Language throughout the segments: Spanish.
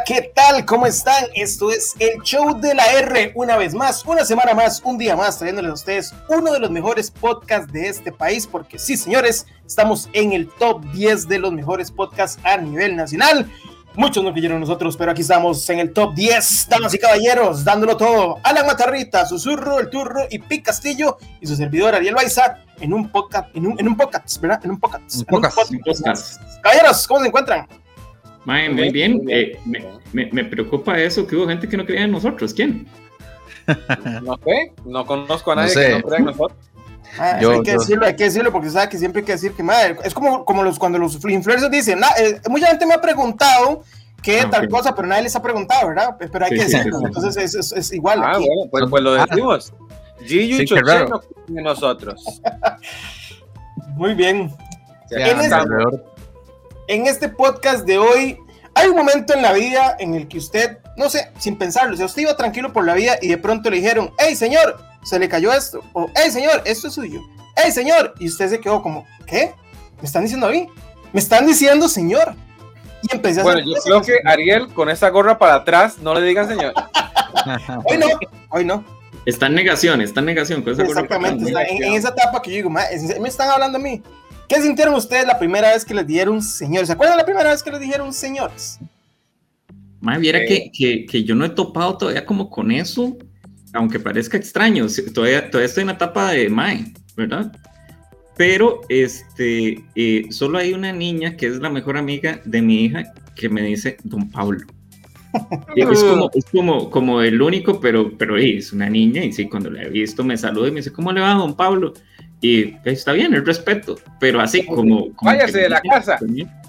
¿qué tal? ¿Cómo están? Esto es el show de la R, una vez más, una semana más, un día más, trayéndoles a ustedes uno de los mejores podcasts de este país, porque sí, señores, estamos en el top 10 de los mejores podcasts a nivel nacional. Muchos no creyeron nosotros, pero aquí estamos en el top 10, damas y caballeros, dándolo todo. Alan Matarrita, Susurro, El Turro y Pic Castillo y su servidor Ariel Baiza en un podcast, en un podcast, ¿verdad? En un podcast. Caballeros, ¿cómo se encuentran? Mae, muy bien. Me preocupa eso, que hubo gente que no creía en nosotros. ¿Quién? No sé, no conozco a nadie que no crea en nosotros. Hay que decirlo porque sabe que siempre hay que decir que madre, es como cuando los influencers dicen, mucha gente me ha preguntado qué tal cosa, pero nadie les ha preguntado, ¿verdad? Pero hay que decirlo, entonces es igual. Aquí. Bueno, pues lo decimos. Giyu y Choche no creen en nosotros. Muy bien. En este podcast de hoy, hay un momento en la vida en el que usted, no sé, sin pensarlo, o sea, usted iba tranquilo por la vida y de pronto le dijeron, hey señor, se le cayó esto, o hey señor, esto es suyo, hey señor, y usted se quedó como, ¿qué? ¿Me están diciendo a mí? ¿Me están diciendo señor? Y empecé a hacer yo creo que Ariel, con esa gorra para atrás, no le digan señor. Hoy no. Está en negación con esa gorra. Exactamente, en esa etapa que yo digo, me están hablando a mí. ¿Qué sintieron ustedes la primera vez que les dijeron señores? ¿Se acuerdan la primera vez que les dijeron señores? Mae, viera que yo no he topado todavía como con eso, aunque parezca extraño. Todavía estoy en la etapa de Mae, ¿verdad? Pero solo hay una niña que es la mejor amiga de mi hija que me dice Don Pablo. Es como el único, pero es una niña y sí, cuando la he visto me saluda y me dice, ¿cómo le va, Don Pablo? Y está bien, el respeto, pero así como váyase de la casa.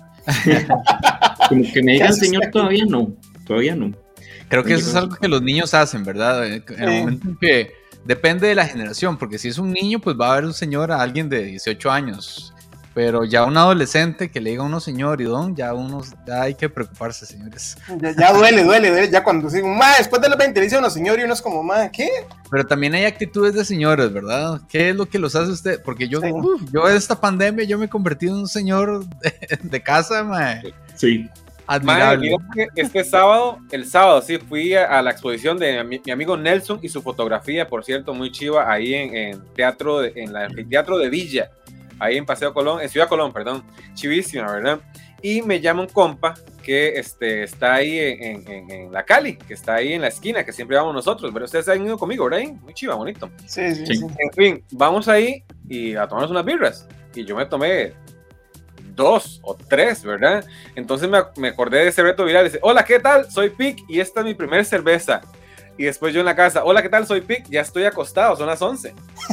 Como que me digan señor, todavía no. Creo que eso es algo que los niños hacen, ¿verdad? En el momento en que depende de la generación, porque si es un niño, pues va a haber un señor a alguien de 18 años, pero ya un adolescente que le diga a uno señor y don, ya hay que preocuparse, señores. Ya duele, ya cuando digo, después de los 20 le dice a uno señor y uno es como, ¿qué? Pero también hay actitudes de señores, ¿verdad? ¿Qué es lo que los hace usted? Porque yo en esta pandemia yo me he convertido en un señor de casa, Sí. Admirable. Mira que el sábado sí, fui a la exposición de mi amigo Nelson y su fotografía, por cierto, muy chiva, ahí en el Teatro de Villa, ahí en Ciudad Colón, perdón, chivísima, ¿verdad? Y me llama un compa que está ahí en la Cali, que está ahí en la esquina, que siempre vamos nosotros, pero ustedes han ido conmigo, ¿verdad? Muy chiva, bonito. Sí. En fin, vamos ahí y a tomarnos unas birras, y yo me tomé 2 o 3, ¿verdad? Entonces me acordé de ese reto viral, dice, hola, ¿qué tal? Soy Pic y esta es mi primer cerveza. Y después yo en la casa, hola, ¿qué tal? Soy Pic, ya estoy acostado, son las 11.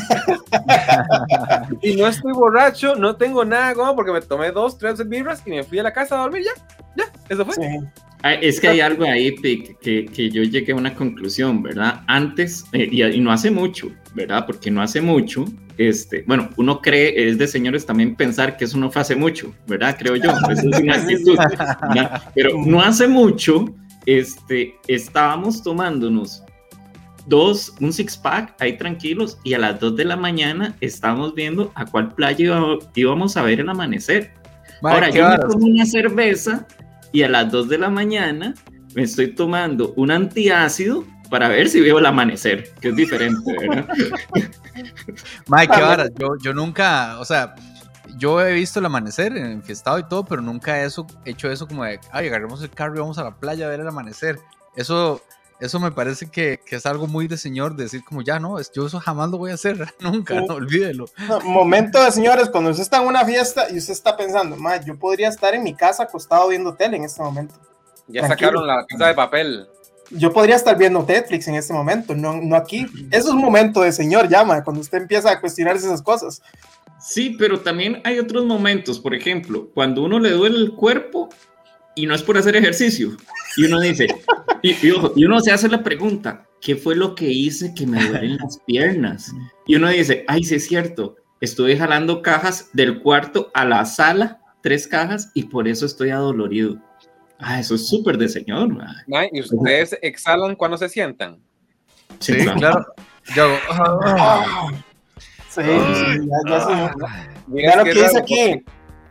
Y no estoy borracho, no tengo nada como porque me tomé 2, 3 birras y me fui a la casa a dormir, ya, eso fue. Sí. Es que hay algo ahí, Pic, que yo llegué a una conclusión, ¿verdad? Antes, y no hace mucho, ¿verdad? Porque no hace mucho, uno cree, es de señores también pensar que eso no fue hace mucho, ¿verdad? Creo yo, eso es una actitud, ¿verdad? Pero no hace mucho, estábamos tomándonos un six-pack ahí tranquilos y a las 2 de la mañana estábamos viendo a cuál playa íbamos a ver el amanecer. Ahora, yo me tomo una cerveza y a las 2 de la mañana me estoy tomando un antiácido para ver si veo el amanecer, que es diferente, ¿verdad? Mike, qué vara, yo nunca, o sea, yo he visto el amanecer enfiestado y todo, pero nunca he hecho eso como de, agarremos el carro y vamos a la playa a ver el amanecer. Eso me parece que es algo muy de señor, decir como ya no, yo eso jamás lo voy a hacer, nunca, no, olvídelo. Momento de señores, cuando usted está en una fiesta y usted está pensando, yo podría estar en mi casa acostado viendo tele en este momento. Ya tranquilo. Sacaron la Casa de Papel. Yo podría estar viendo Netflix en este momento, no aquí. Eso es un momento de señor, cuando usted empieza a cuestionarse esas cosas. Sí, pero también hay otros momentos, por ejemplo, cuando uno le duele el cuerpo y no es por hacer ejercicio, y uno dice, y uno se hace la pregunta, ¿qué fue lo que hice que me duelen las piernas? Y uno dice, sí es cierto, estuve jalando cajas del cuarto a la sala, 3 cajas, y por eso estoy adolorido. Eso es súper de señor. ¿Y ustedes exhalan cuando se sientan? Sí, claro. Yo Sí, ya lo que dice aquí.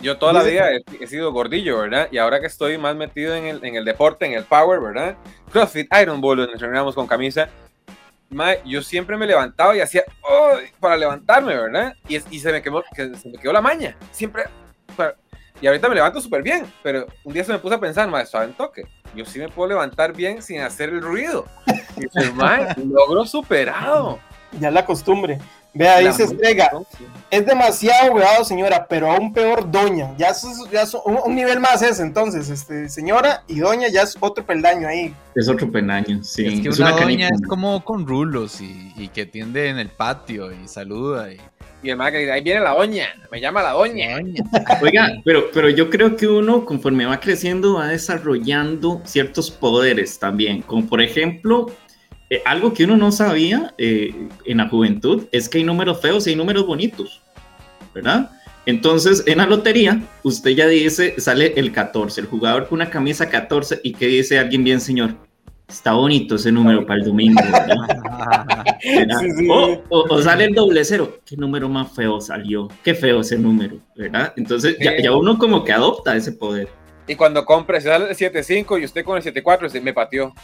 Yo toda la vida he sido gordillo, ¿verdad? Y ahora que estoy más metido en el deporte, en el power, ¿verdad? CrossFit, Iron Bull, donde entrenamos con camisa. Yo siempre me levantaba y hacía para levantarme, ¿verdad? Y se me quedó la maña. Siempre. Y ahorita me levanto súper bien, pero un día se me puso a pensar, suave en toque. Yo sí me puedo levantar bien sin hacer el ruido. Y pues, logro superado. Ya la costumbre. Vea, dice Estrega, es demasiado huevado, señora, pero aún peor, doña. Ya es un nivel más ese, entonces, señora y doña ya es otro peldaño ahí. Es otro peldaño, sí. Es que una doña es como con rulos y que tiende en el patio y saluda. Y el que dice, ahí viene la doña, me llama la doña. Oiga, pero yo creo que uno, conforme va creciendo, va desarrollando ciertos poderes también, como por ejemplo... algo que uno no sabía en la juventud es que hay números feos y hay números bonitos, ¿verdad? Entonces, en la lotería, usted ya dice, sale el 14, el jugador con una camisa 14, y ¿qué dice alguien bien, señor? Está bonito ese número para el domingo, ¿verdad? Sí. O sale el 00, ¿qué número más feo salió? Qué feo ese número, ¿verdad? Entonces, ya uno como que adopta ese poder. Y cuando compre, se sale el 75 y usted con el 74, me pateó.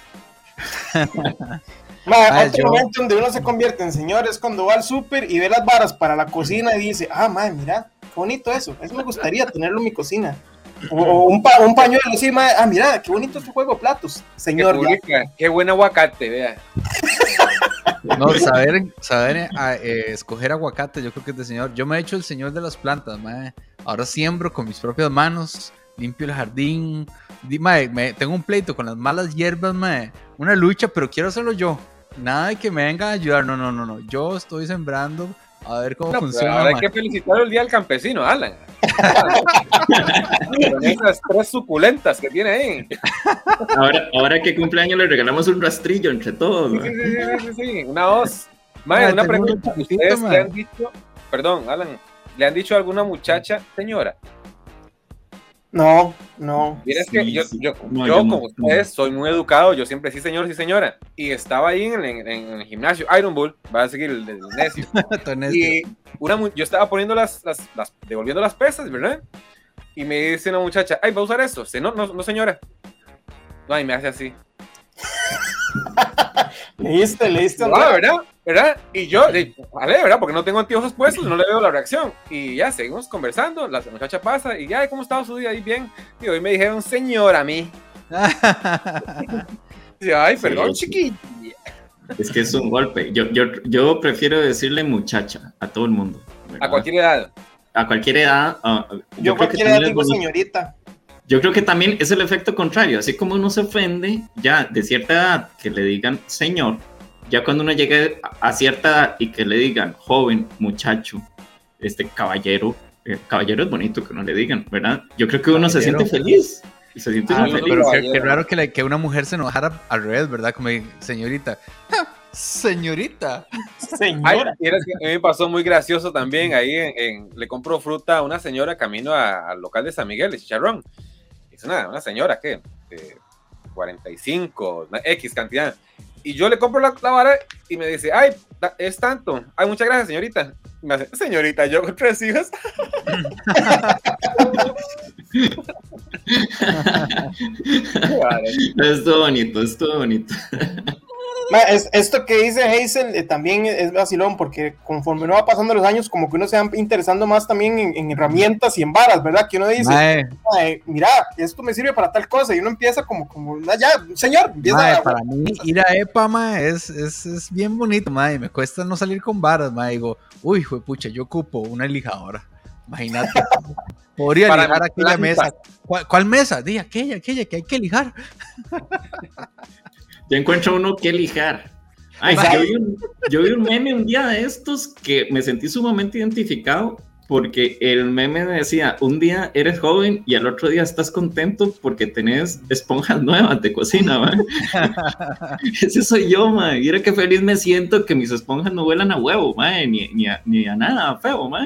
Otro momento donde uno se convierte en señor es cuando va al súper y ve las varas para la cocina y dice, mira, qué bonito eso me gustaría tenerlo en mi cocina. O un pañuelo así, mira, qué bonito este juego de platos, señor. Qué buen aguacate, vea. No, saber escoger aguacate, yo creo que es de señor. Yo me he hecho el señor de las plantas, ahora siembro con mis propias manos, limpio el jardín. Tengo un pleito con las malas hierbas, una lucha, pero quiero hacerlo yo. Nada de que me vengan a ayudar, no. Yo estoy sembrando, a ver cómo funciona. Ahora hay que felicitar el Día del Campesino, Alan. Con esas 3 suculentas que tiene ahí. Ahora que cumpleaños le regalamos un rastrillo entre todos. Sí, una hoz. Una pregunta. ¿Ustedes le han dicho, perdón, Alan, le han dicho a alguna muchacha, señora? No. Mira, es que yo como ustedes, soy muy educado, yo siempre sí señor, sí señora. Y estaba ahí en el gimnasio, Iron Bull, va a seguir el necio. Y yo estaba poniendo devolviendo las pesas, ¿verdad? Y me dice una muchacha, ¿va a usar esto? No, señora. No, y me hace así. Leíste. ¿Verdad? Y yo, vale, ¿verdad? Porque no tengo anteojos puestos, no le veo la reacción. Y ya, seguimos conversando, la muchacha pasa y ya, ¿cómo estaba su día? Ahí bien. Y hoy me dijeron, señor, a mí. Y, ay, perdón, sí. Chiquilla. Es que es un golpe. Yo prefiero decirle muchacha a todo el mundo, ¿verdad? A cualquier edad. A cualquier edad. Yo cualquier edad digo señorita. Yo creo que también es el efecto contrario, así como uno se ofende ya de cierta edad que le digan señor, ya cuando uno llegue a cierta edad y que le digan joven, muchacho, caballero es bonito que no le digan, ¿verdad? Yo creo que uno se siente feliz. Y se siente muy feliz. Pero qué raro que una mujer se enojara al revés, ¿verdad? Como señorita. Señorita. Señora. Ay, a mí me pasó muy gracioso también. Ahí le compro fruta a una señora camino al local de San Miguel, de Chicharrón. Es una señora que 45, X cantidad. Y yo le compro la vara y me dice, ay, es tanto. Ay, muchas gracias, señorita. Y me hace, señorita, yo con 3 hijos. Estuvo bonito. Esto que dice Hazel también es vacilón, porque conforme uno va pasando los años, como que uno se va interesando más también en herramientas y en varas, ¿verdad? Que uno dice, mira, esto me sirve para tal cosa, y uno empieza como ya, señor, empieza para mí ir a EPA, es bien bonito, me cuesta no salir con varas, digo, uy, juepucha, yo ocupo una lijadora, imagínate. Podría lijar aquella mesa. ¿Cuál mesa? Di aquella que hay que lijar. Ya encuentro uno que lijar. Ay, yo vi un meme un día de estos que me sentí sumamente identificado, porque el meme decía, un día eres joven y al otro día estás contento porque tenés esponjas nuevas de cocina, man. Ese soy yo, man. Mira qué feliz me siento que mis esponjas no huelan a huevo, man, ni a nada feo, man.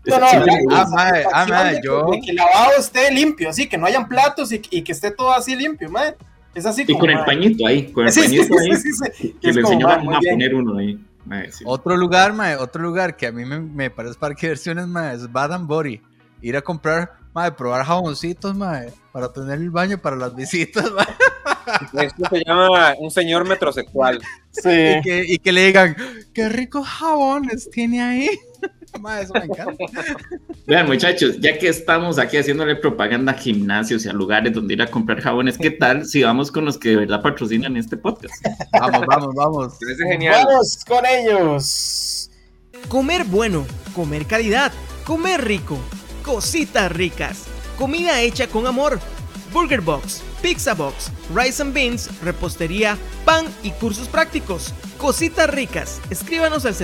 Yo... que el lavado esté limpio, así que no hayan platos y que esté todo así limpio, man. Es así como, y con el pañito ahí, sí. Que le enseñó a poner uno ahí. Sí. Otro lugar que a mí me parece parque de diversiones, es Bath & Body. Ir a comprar Mae, probar jaboncitos, mae, para tener el baño para las visitas, mae. Esto se llama un señor metrosexual. Sí. Y que le digan, qué ricos jabones tiene ahí. Mae, eso me encanta. Vean, muchachos, ya que estamos aquí haciéndole propaganda a gimnasios y a lugares donde ir a comprar jabones, ¿qué tal si vamos con los que de verdad patrocinan este podcast? Vamos. Es genial. Vamos con ellos. Comer bueno, comer calidad, comer rico, cositas ricas, comida hecha con amor. Burger Box, Pizza Box, Rice and Beans, repostería, pan y cursos prácticos. Cositas ricas. Escríbanos al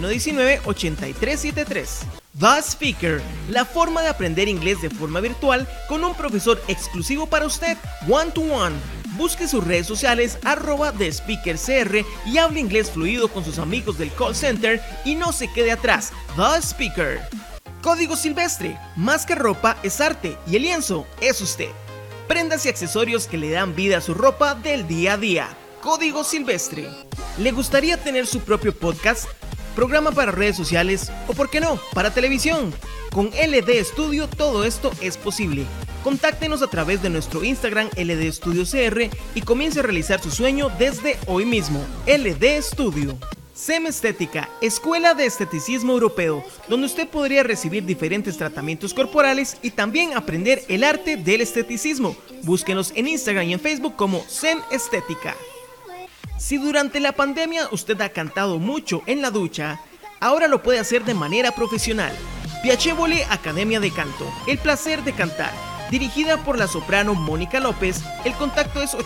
7119-8373. The Speaker, la forma de aprender inglés de forma virtual con un profesor exclusivo para usted, one to one. Busque sus redes sociales @TheSpeakerCR y hable inglés fluido con sus amigos del call center y no se quede atrás. The Speaker. Código Silvestre, más que ropa es arte y el lienzo es usted. Prendas y accesorios que le dan vida a su ropa del día a día. Código Silvestre. ¿Le gustaría tener su propio podcast, programa para redes sociales o, por qué no, para televisión? Con LD Studio todo esto es posible. Contáctenos a través de nuestro Instagram LD Studio CR y comience a realizar su sueño desde hoy mismo. LD Studio. SEM Estética, Escuela de Esteticismo Europeo, donde usted podría recibir diferentes tratamientos corporales y también aprender el arte del esteticismo. Búsquenos en Instagram y en Facebook como SEM Estética. Si durante la pandemia usted ha cantado mucho en la ducha, ahora lo puede hacer de manera profesional. Piacevole Academia de Canto, el placer de cantar. Dirigida por la soprano Mónica López, el contacto es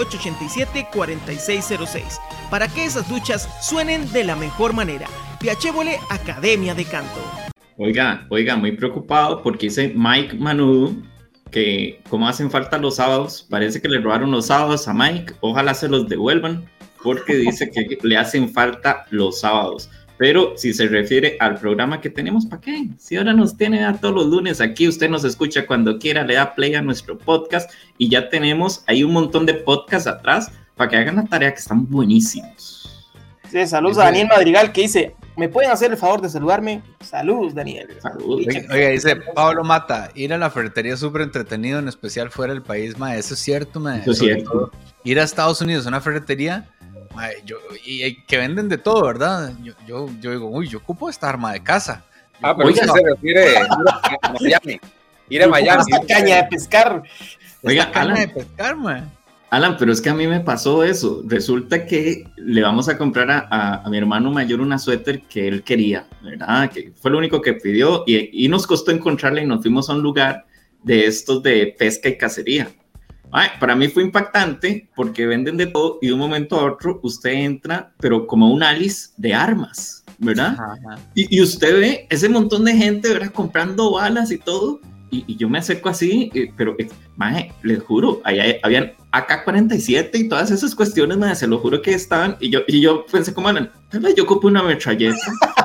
8887-4606, para que esas duchas suenen de la mejor manera. Piacevole Academia de Canto. Oiga, muy preocupado porque dice Mike Manudo que como hacen falta los sábados, parece que le robaron los sábados a Mike, ojalá se los devuelvan, porque dice que le hacen falta los sábados. Pero si se refiere al programa que tenemos, ¿para qué? Si ahora nos tiene a todos los lunes aquí, usted nos escucha cuando quiera, le da play a nuestro podcast y ya tenemos ahí un montón de podcasts atrás para que hagan la tarea, que están buenísimos. Sí, saludos a Daniel Madrigal que dice, ¿me pueden hacer el favor de saludarme? Saludos, Daniel. Saludos. Oiga, dice Pablo Mata, ir a la ferretería es súper entretenido, en especial fuera del país, ma, eso es cierto, ma. Eso es cierto. Ir a Estados Unidos a una ferretería, ma, y que venden de todo, ¿verdad? Yo digo, uy, yo ocupo esta arma de casa. Pero Oiga, eso se refiere a Miami. Ir a Miami. Esta caña de pescar. Oiga, Caña de Alan, pescar, ma. Alan, pero es que a mí me pasó eso. Resulta que le vamos a comprar a mi hermano mayor una suéter que él quería, ¿verdad? Que fue lo único que pidió y nos costó encontrarla y nos fuimos a un lugar de estos de pesca y cacería. Ay, para mí fue impactante porque venden de todo y de un momento a otro usted entra, pero como un Alice de armas, ¿verdad? Ajá. Y usted ve ese montón de gente, ¿verdad? Comprando balas y todo. Y yo me acerco así, pero, maje, les juro, allá habían AK-47 y todas esas cuestiones, maje, se lo juro que estaban. Y yo pensé, como, tal vez yo ocupé una metralleta.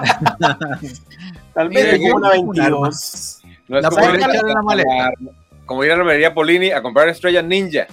Tal vez Mira, una 22. No es La como pueden ir, echar en la maleta. como ir a la romería Polini a comprar estrellas ninja.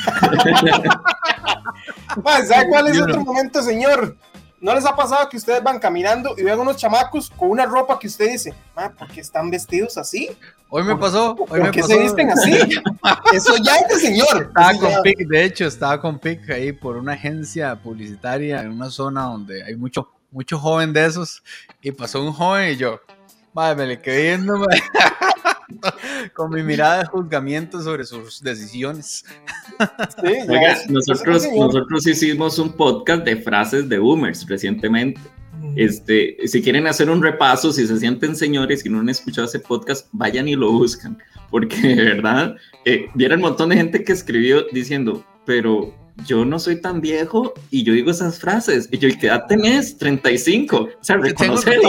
¿Sabe cuál es otro momento, señor? ¿No les ha pasado que ustedes van caminando y ven unos chamacos con una ropa que usted dice, ¿por qué están vestidos así? Hoy me pasó. ¿Por qué se visten así? Eso ya es de señor. Estaba Eso con ya... PIC, de hecho, estaba con PIC ahí por una agencia publicitaria en una zona donde hay mucho joven de esos. Y pasó un joven y yo, madre, me le quedé viendo, madre, con mi mirada de juzgamiento sobre sus decisiones. Sí, ya Oiga, es- nosotros hicimos un podcast de frases de boomers recientemente. Si quieren hacer un repaso, si se sienten señores y no han escuchado ese podcast, vayan y lo buscan, porque de verdad, vieron un montón de gente que escribió diciendo, pero yo no soy tan viejo y yo digo esas frases, y yo, ¿qué edad tenés? 35, o sea, reconocerlo.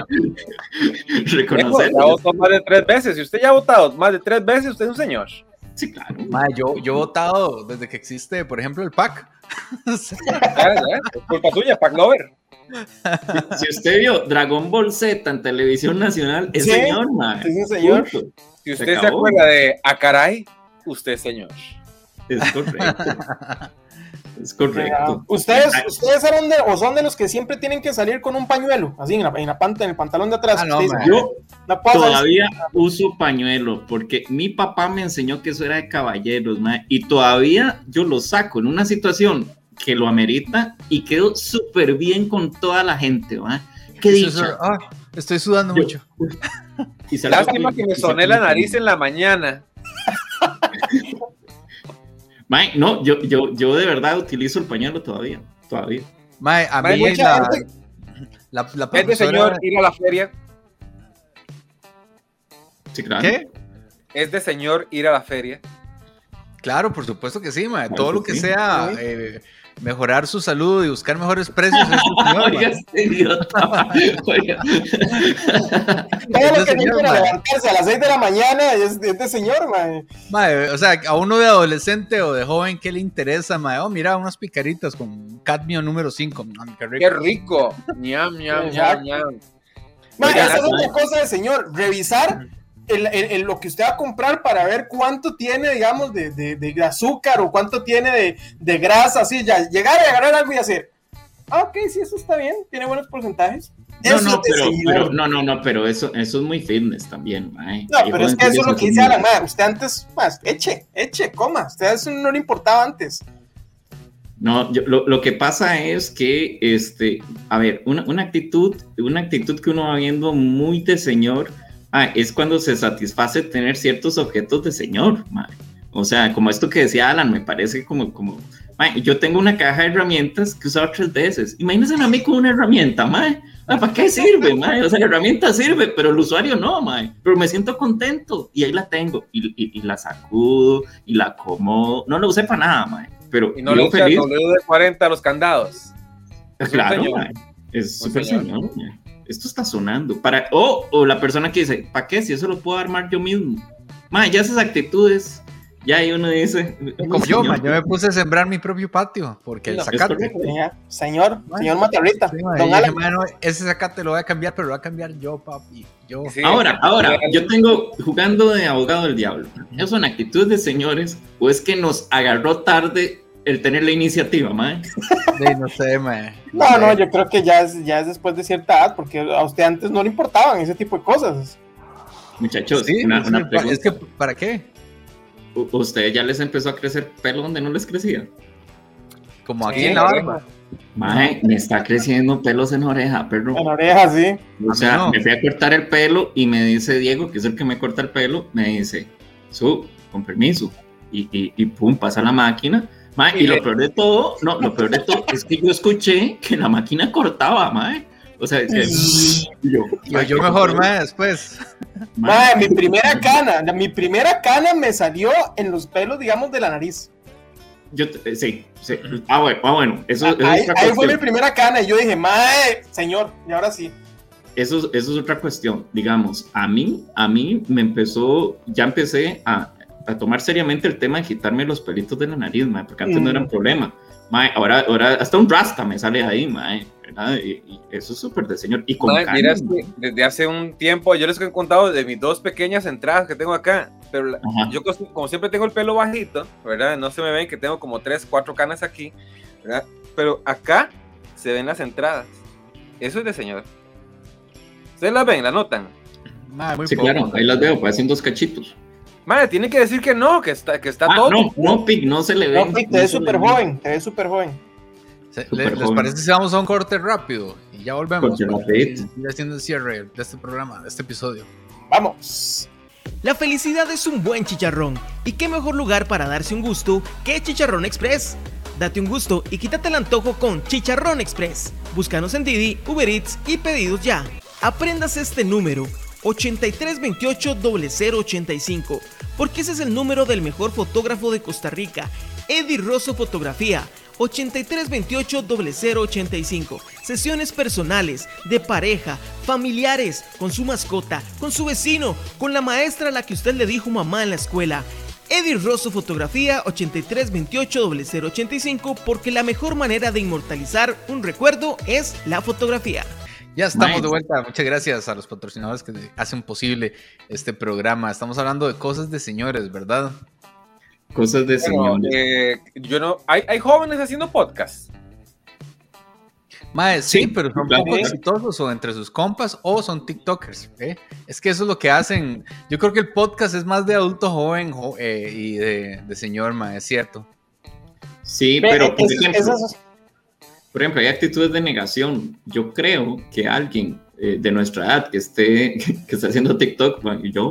Ya votó más de 3 veces. Si usted ya ha votado más de 3 veces, usted es un señor. Sí, claro. Madre, yo he votado desde que existe, por ejemplo, el PAC. Es culpa suya, Pac Lover. Si usted vio Dragon Ball Z en televisión nacional, es Sí, señor, man. es un señor. Punto. Si usted Se se acabó. acuerda de Acaray, usted es señor. Es correcto. Es correcto. ¿Ustedes eran o son de los que siempre tienen que salir con un pañuelo, así en el pantalón de atrás? No, yo todavía uso pañuelo, porque mi papá me enseñó que eso era de caballeros, mae, y todavía yo lo saco en una situación que lo amerita y quedo súper bien con toda la gente, mae. ¿Qué dicha? Estoy sudando mucho. Lástima que me soné la nariz en la mañana. Mae, no, yo de verdad utilizo el pañuelo todavía. Mae, a Mae, mí la profesora... ¿Es de señor ir a la feria? Sí, claro. ¿Qué? ¿Es de señor ir a la feria? Claro, por supuesto que sí, mae. Claro Todo que lo que sí. sea mejorar su salud y buscar mejores precios es el señor, Oiga, mae. este idiota. Oiga. Todo lo que señor, no quiera mae. levantarse a las 6 de la mañana es de señor, mae. Mae, o sea, a uno de adolescente o de joven, ¿qué le interesa, mae? Oh, mira, unas picaritas con cadmio número 5. Qué rico. ¡Qué rico! Ñam, ñam, ñam, ñam. Mae, Oiga, esa es otra cosa de señor, revisar lo que usted va a comprar para ver cuánto tiene, digamos, de azúcar o cuánto tiene de grasa, así, ya llegar a agarrar algo y hacer, ok, sí, eso está bien, tiene buenos porcentajes. Pero eso es muy fitness también, mae. No, pero es que eso es lo que dice Alan, mae. Usted antes, más, eche, coma, usted eso no le importaba antes. No, lo que pasa es que, a ver, una actitud que uno va viendo muy de señor, es cuando se satisface tener ciertos objetos de señor, mae. O sea, como esto que decía Alan, me parece como mae, yo tengo una caja de herramientas que he usado 3 veces. Imagínense a mí con una herramienta, mae. ¿Para qué sirve, mae? O sea, la herramienta sirve, pero el usuario no, mae. Pero me siento contento y ahí la tengo. Y la sacudo y la acomodo. No la usé para nada, mae. Pero Y no le usa el WD-40 a los candados. Claro, mae. Es súper señor, mae. Esto está sonando. O la persona que dice, ¿para qué? Si eso lo puedo armar yo mismo. Mae, ya esas actitudes, ya ahí uno dice... Como yo, mae, yo me puse a sembrar mi propio patio, porque el zacate... Señor Matarrita, sí, don dije, Alan. mano, ese zacate lo voy a cambiar, pero lo voy a cambiar yo, papi. Yo. Sí, Ahora, yo tengo jugando de abogado del diablo. ¿Eso son actitudes de señores o es que nos agarró tarde el tener la iniciativa, mae? Sí, no sé, mae. No, yo creo que ya es después de cierta edad, porque a usted antes no le importaban ese tipo de cosas. Muchachos, Sí, una sí, pregunta. es que, ¿para qué? ¿Ustedes ya les empezó a crecer pelo donde no les crecía? Como aquí Sí, en la barba. Mae, me está creciendo pelos en oreja, perro. En orejas, sí. O sea, no. me fui a cortar el pelo y me dice Diego, que es el que me corta el pelo, me dice, con permiso. Y pum, pasa la máquina. Mae, y lo peor de todo es que yo escuché que la máquina cortaba, mae. O sea, que Yo mejor, mae, después. Mae, mi primera cana me salió en los pelos, digamos, de la nariz. Sí. Bueno, eso es Ahí otra fue cuestión. mi primera cana y yo dije, mae, señor, y ahora sí. Eso es otra cuestión. Digamos, a mí me empecé a tomar seriamente el tema de quitarme los pelitos de la nariz, mae, porque antes no era un problema. Mae, ahora hasta un rasta me sale ahí, mae, ¿verdad? Y eso es súper de señor. Y con Mae, canas, mira, desde hace un tiempo, yo les he contado de mis 2 pequeñas entradas que tengo acá, pero yo como siempre tengo el pelo bajito, ¿verdad? No se me ven que tengo como 3, 4 canas aquí, ¿verdad? Pero acá se ven las entradas. Eso es de señor. ¿Ustedes las ven? ¿La notan? Mae, muy sí, poco. claro, ahí las veo, parecen 2 cachitos. Madre, tienen que decir que no, que está todo. No, Pic, no se le ve. No, te ves súper joven, ¿Les joven. parece si vamos a un corte rápido? Y ya volvemos. Corte para rapidito. seguir haciendo el cierre de este programa, de este episodio. Vamos. La felicidad es un buen chicharrón. ¿Y qué mejor lugar para darse un gusto que Chicharrón Express? Date un gusto y quítate el antojo con Chicharrón Express. Búscanos en Didi, Uber Eats y pedidos ya. Aprendas este número, 8328-0085, porque ese es el número del mejor fotógrafo de Costa Rica, Eddie Rosso Fotografía. 8328-0085. Sesiones personales, de pareja, familiares, con su mascota, con su vecino, con la maestra a la que usted le dijo mamá en la escuela. Eddie Rosso Fotografía 8328-0085, porque la mejor manera de inmortalizar un recuerdo es la fotografía. Ya estamos de vuelta. Muchas gracias a los patrocinadores que hacen posible este programa. Estamos hablando de cosas de señores, ¿verdad? Cosas de señores. Yo no, hay jóvenes haciendo podcast. Mae, sí, Sí, pero son claro. poco exitosos o entre sus compas o son TikTokers. Es que eso es lo que hacen. Yo creo que el podcast es más de adulto joven y de señor, mae, es cierto. Sí, pero por ejemplo, hay actitudes de negación. Yo creo que alguien de nuestra edad que esté haciendo TikTok,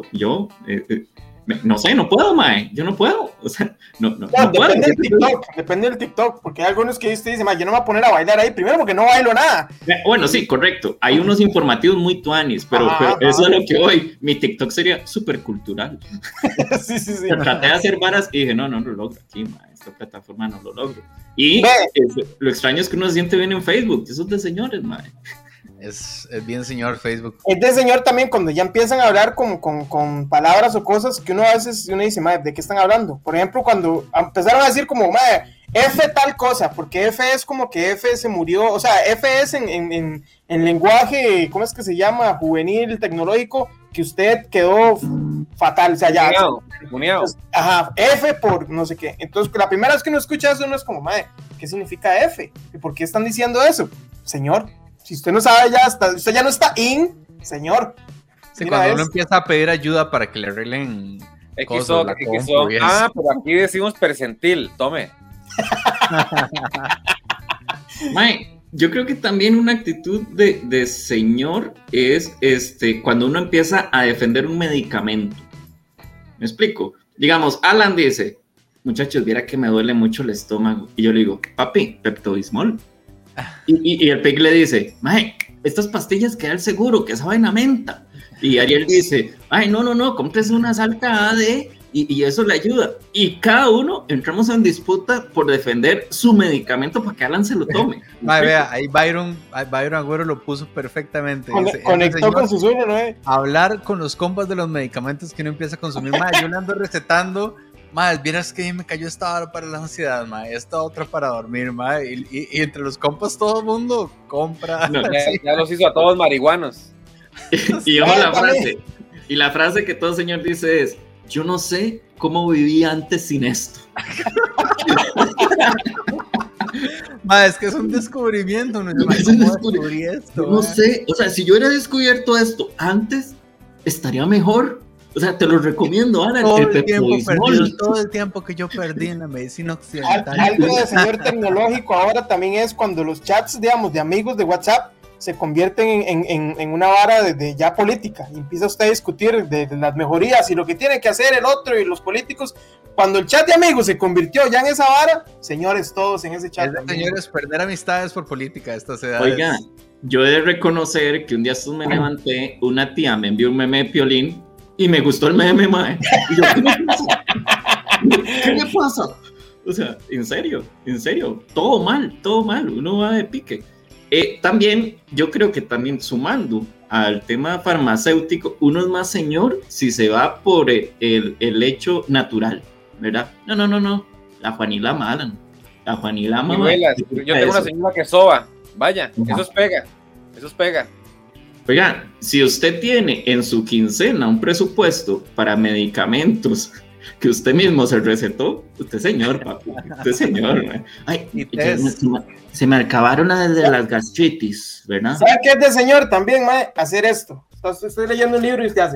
no sé, no puedo, mae, yo no puedo, o sea, no puedo. Depende del TikTok, porque hay algunos que usted dice, mae, yo no me voy a poner a bailar ahí, primero porque no bailo nada. Bueno, sí, correcto, hay unos informativos muy tuanis, pero eso es lo que hoy, mi TikTok sería súper cultural. Sí. Traté de hacer varas y dije, no lo logro aquí, mae, esta plataforma no lo logro. Y lo extraño es que uno se siente bien en Facebook, eso es de señores, mae. Es bien señor Facebook. Es de señor también cuando ya empiezan a hablar con palabras o cosas que uno a veces dice, madre, ¿de qué están hablando? Por ejemplo, cuando empezaron a decir como, madre, F tal cosa, porque F es como que F se murió, o sea, F es en lenguaje, ¿cómo es que se llama? Juvenil, tecnológico, que usted quedó fatal, o sea, ya. Entonces, F por no sé qué. Entonces, la primera vez que uno escucha eso, uno es como, madre, ¿qué significa F? ¿Y por qué están diciendo eso? Señor. Si usted no sabe, usted ya no está señor. Sí, cuando uno empieza a pedir ayuda para que le arreglen cosas, pero aquí decimos percentil, tome. Mae, yo creo que también una actitud de señor es cuando uno empieza a defender un medicamento. ¿Me explico? Digamos, Alan dice, muchachos, viera que me duele mucho el estómago. Y yo le digo, papi, Pepto-Bismol. Y el Pig le dice, mae, estas pastillas que da el seguro, que saben a menta. Y Ariel dice, ay, no, cómprese una salta AD y eso le ayuda. Y cada uno entramos en disputa por defender su medicamento para que Alan se lo tome. Mae, vea, ahí Byron Agüero lo puso perfectamente. Conectó con su sueño, ¿no? Hablar con los compas de los medicamentos que uno empieza a consumir. Mae, yo le ando recetando. Mae, vieras que me cayó esta hora para la ansiedad, mae, esta otra para dormir, mae, y entre los compas todo el mundo compra. No, ya los hizo a todos marihuanos. Y ojo la frase, y la frase que todo señor dice es, yo no sé cómo viví antes sin esto. Mae, es que es un descubrimiento, ¿no? Mae, ¿cómo descubrí esto? No sé, o sea, si yo hubiera descubierto esto antes, estaría mejor. O sea, te lo recomiendo, Ana. Todo el tiempo que yo perdí en la medicina occidental. Algo de señor tecnológico ahora también es cuando los chats, digamos, de amigos de WhatsApp se convierten en una vara de ya política y empieza usted a discutir de las mejorías y lo que tiene que hacer el otro y los políticos. Cuando el chat de amigos se convirtió ya en esa vara, señores, todos en ese chat. Señores, perder amistades por política a estas edades. Oiga, yo he de reconocer que un día me levanté, una tía me envió un meme de Piolín y me gustó el meme, mae. Y yo, ¿qué me pasa? ¿Qué me pasa? O sea, en serio, todo mal, uno va de pique. También, yo creo que también sumando al tema farmacéutico, uno es más señor si se va por el hecho natural, ¿verdad? No, la Juanila mala, la Juanila mala. Yo tengo una señora que soba, vaya, eso es pega. Oiga, si usted tiene en su quincena un presupuesto para medicamentos que usted mismo se recetó, usted señor, papi, usted señor. Ay, se me acabaron las de las gastritis, ¿verdad? ¿Sabe qué es de señor también, mae? Hacer esto. Entonces, estoy leyendo un libro y usted hace.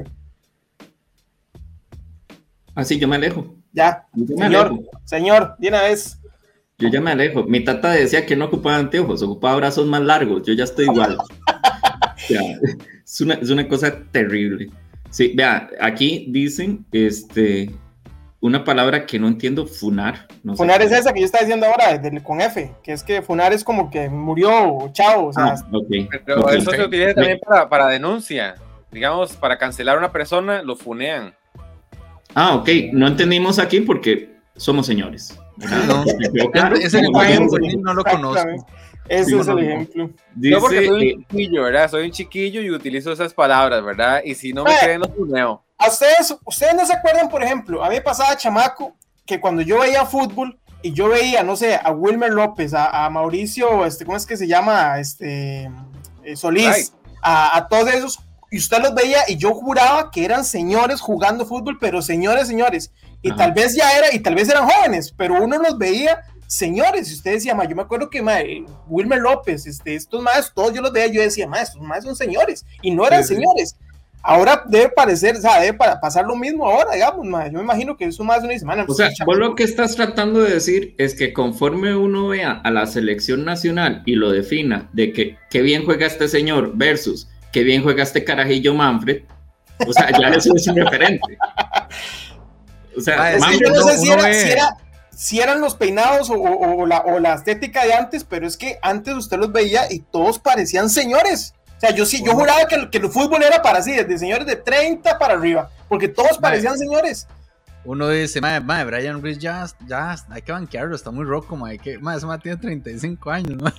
Así yo me alejo. Ya, señor, de una vez. Yo ya me alejo. Mi tata decía que no ocupaba anteojos, ocupaba brazos más largos. Yo ya estoy igual. Ya, es una cosa terrible. Sí, vea, aquí dicen una palabra que no entiendo, funar. No funar sé. Es esa que yo estaba diciendo ahora, con F, que es que funar es como que murió, chao. O sea, okay. Pero eso se utiliza también para denuncia. Digamos, para cancelar a una persona, lo funean. Ok, no entendimos aquí porque somos señores. No, ese no lo conozco. Ese es el ejemplo. Yo porque soy un chiquillo, ¿verdad? Soy un chiquillo y utilizo esas palabras, ¿verdad? Y si no me creen, los funeo. Ustedes no se acuerdan, por ejemplo, a mí me pasaba chamaco que cuando yo veía fútbol y yo veía, no sé, a Wilmer López, a Mauricio, ¿cómo es que se llama? Solís, a todos esos y usted los veía y yo juraba que eran señores jugando fútbol, pero señores, y tal vez eran jóvenes, pero uno los veía señores, y usted decía, yo me acuerdo que Wilmer López, estos más, todos yo los veía, yo decía, estos más son señores, y no eran señores. Ahora debe parecer, debe pasar lo mismo ahora, digamos, yo me imagino que eso más de una semana. O sea, vos lo que estás tratando de decir es que conforme uno vea a la selección nacional y lo defina de que qué bien juega este señor versus qué bien juega este carajillo Manfred, o sea, ya eso es un referente. O sea, es que yo no sé si eran los peinados o la estética de antes, pero es que antes usted los veía y todos parecían señores. O sea, yo juraba que el fútbol era para así, desde señores de 30 para arriba, porque todos parecían señores. Uno dice, Brian Ruiz ya hay que banquearlo, está muy roco, ese tiene 35 años, ¿no?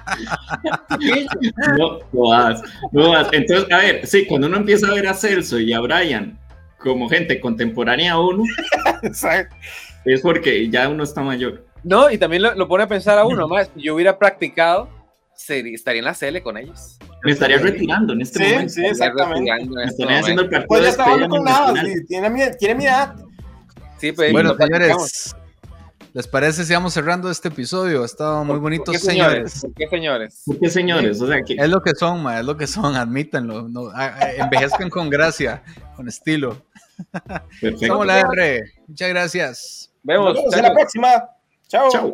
No vas. Entonces, a ver, sí, cuando uno empieza a ver a Celso y a Brian como gente contemporánea a uno, es porque ya uno está mayor. No, y también lo pone a pensar a uno, más, si yo hubiera practicado, estaría en la CL con ellos. Me estaría retirando en este momento. Sí, exactamente. Me estaría haciendo el partido. Pues ya estaba con nada, tiene mi edad. Sí, pues, bueno, señores, ¿les parece si vamos cerrando este episodio? Ha estado muy bonito, señores. ¿Por qué señores? ¿Por qué señores? O sea, es lo que son, admítanlo. Envejezcan con gracia, con estilo. Perfecto. Somos la R. Muchas gracias. Nos vemos en la próxima. Chao.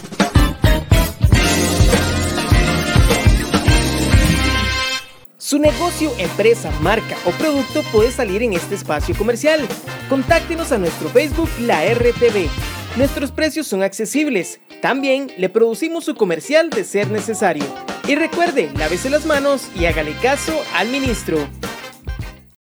Su negocio, empresa, marca o producto puede salir en este espacio comercial. Contáctenos a nuestro Facebook La RTV. Nuestros precios son accesibles. También le producimos su comercial de ser necesario. Y recuerde, lávese las manos y hágale caso al ministro.